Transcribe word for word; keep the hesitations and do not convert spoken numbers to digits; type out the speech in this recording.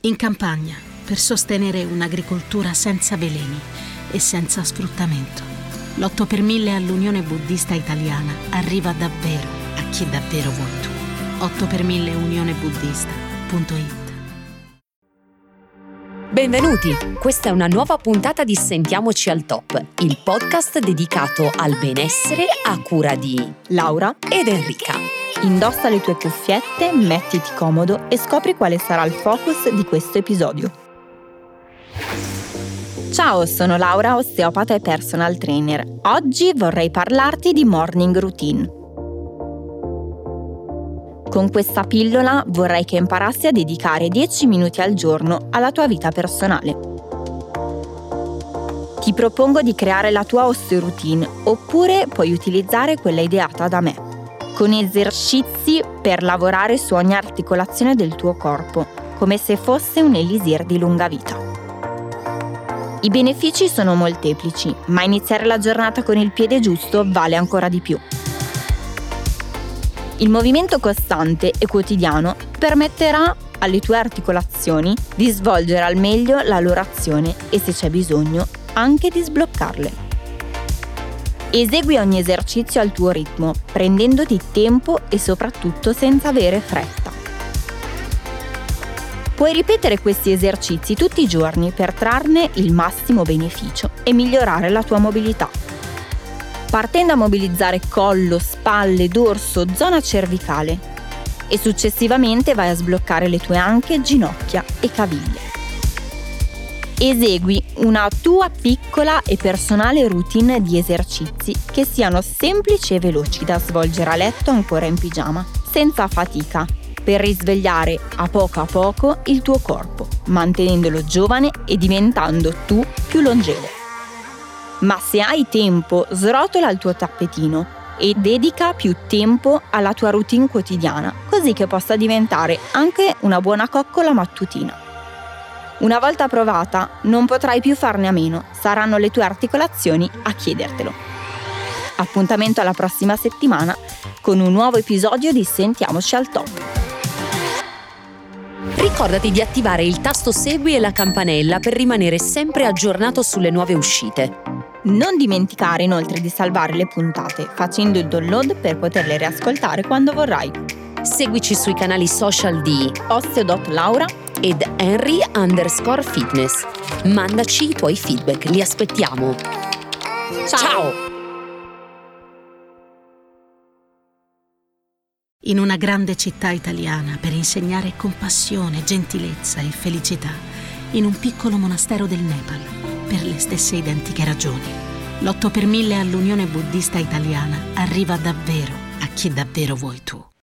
In campagna, per sostenere un'agricoltura senza veleni e senza sfruttamento, l'otto per mille all'Unione Buddista Italiana arriva davvero a chi davvero vuoi tu. otto per mille unione buddista punto it. Benvenuti, questa è una nuova puntata di Sentiamoci al Top, il podcast dedicato al benessere a cura di Laura ed Enrica. Indossa le tue cuffiette, mettiti comodo e scopri quale sarà il focus di questo episodio. Ciao, sono Laura, osteopata e personal trainer. Oggi vorrei parlarti di morning routine. Con questa pillola vorrei che imparassi a dedicare dieci minuti al giorno alla tua vita personale. Ti propongo di creare la tua osteoroutine, oppure puoi utilizzare quella ideata da me, con esercizi per lavorare su ogni articolazione del tuo corpo, come se fosse un elisir di lunga vita. I benefici sono molteplici, ma iniziare la giornata con il piede giusto vale ancora di più. Il movimento costante e quotidiano permetterà alle tue articolazioni di svolgere al meglio la loro azione e, se c'è bisogno, anche di sbloccarle. Esegui ogni esercizio al tuo ritmo, prendendoti tempo e soprattutto senza avere fretta. Puoi ripetere questi esercizi tutti i giorni per trarne il massimo beneficio e migliorare la tua mobilità. Partendo a mobilizzare collo, spalle, dorso, zona cervicale e successivamente vai a sbloccare le tue anche, ginocchia e caviglie. Esegui una tua piccola e personale routine di esercizi che siano semplici e veloci da svolgere a letto ancora in pigiama, senza fatica, per risvegliare a poco a poco il tuo corpo, mantenendolo giovane e diventando tu più longevo. Ma se hai tempo, srotola il tuo tappetino e dedica più tempo alla tua routine quotidiana, così che possa diventare anche una buona coccola mattutina. Una volta provata, non potrai più farne a meno, saranno le tue articolazioni a chiedertelo. Appuntamento alla prossima settimana con un nuovo episodio di Sentiamoci al Top. Ricordati di attivare il tasto segui e la campanella per rimanere sempre aggiornato sulle nuove uscite. Non dimenticare inoltre di salvare le puntate facendo il download per poterle riascoltare quando vorrai. Seguici sui canali social di osteo.laura ed Henry underscore fitness. Mandaci i tuoi feedback, li aspettiamo. Ciao! Ciao! In una grande città italiana, per insegnare compassione, gentilezza e felicità, in un piccolo monastero del Nepal, per le stesse identiche ragioni, l'otto per mille all'Unione Buddista Italiana arriva davvero a chi davvero vuoi tu.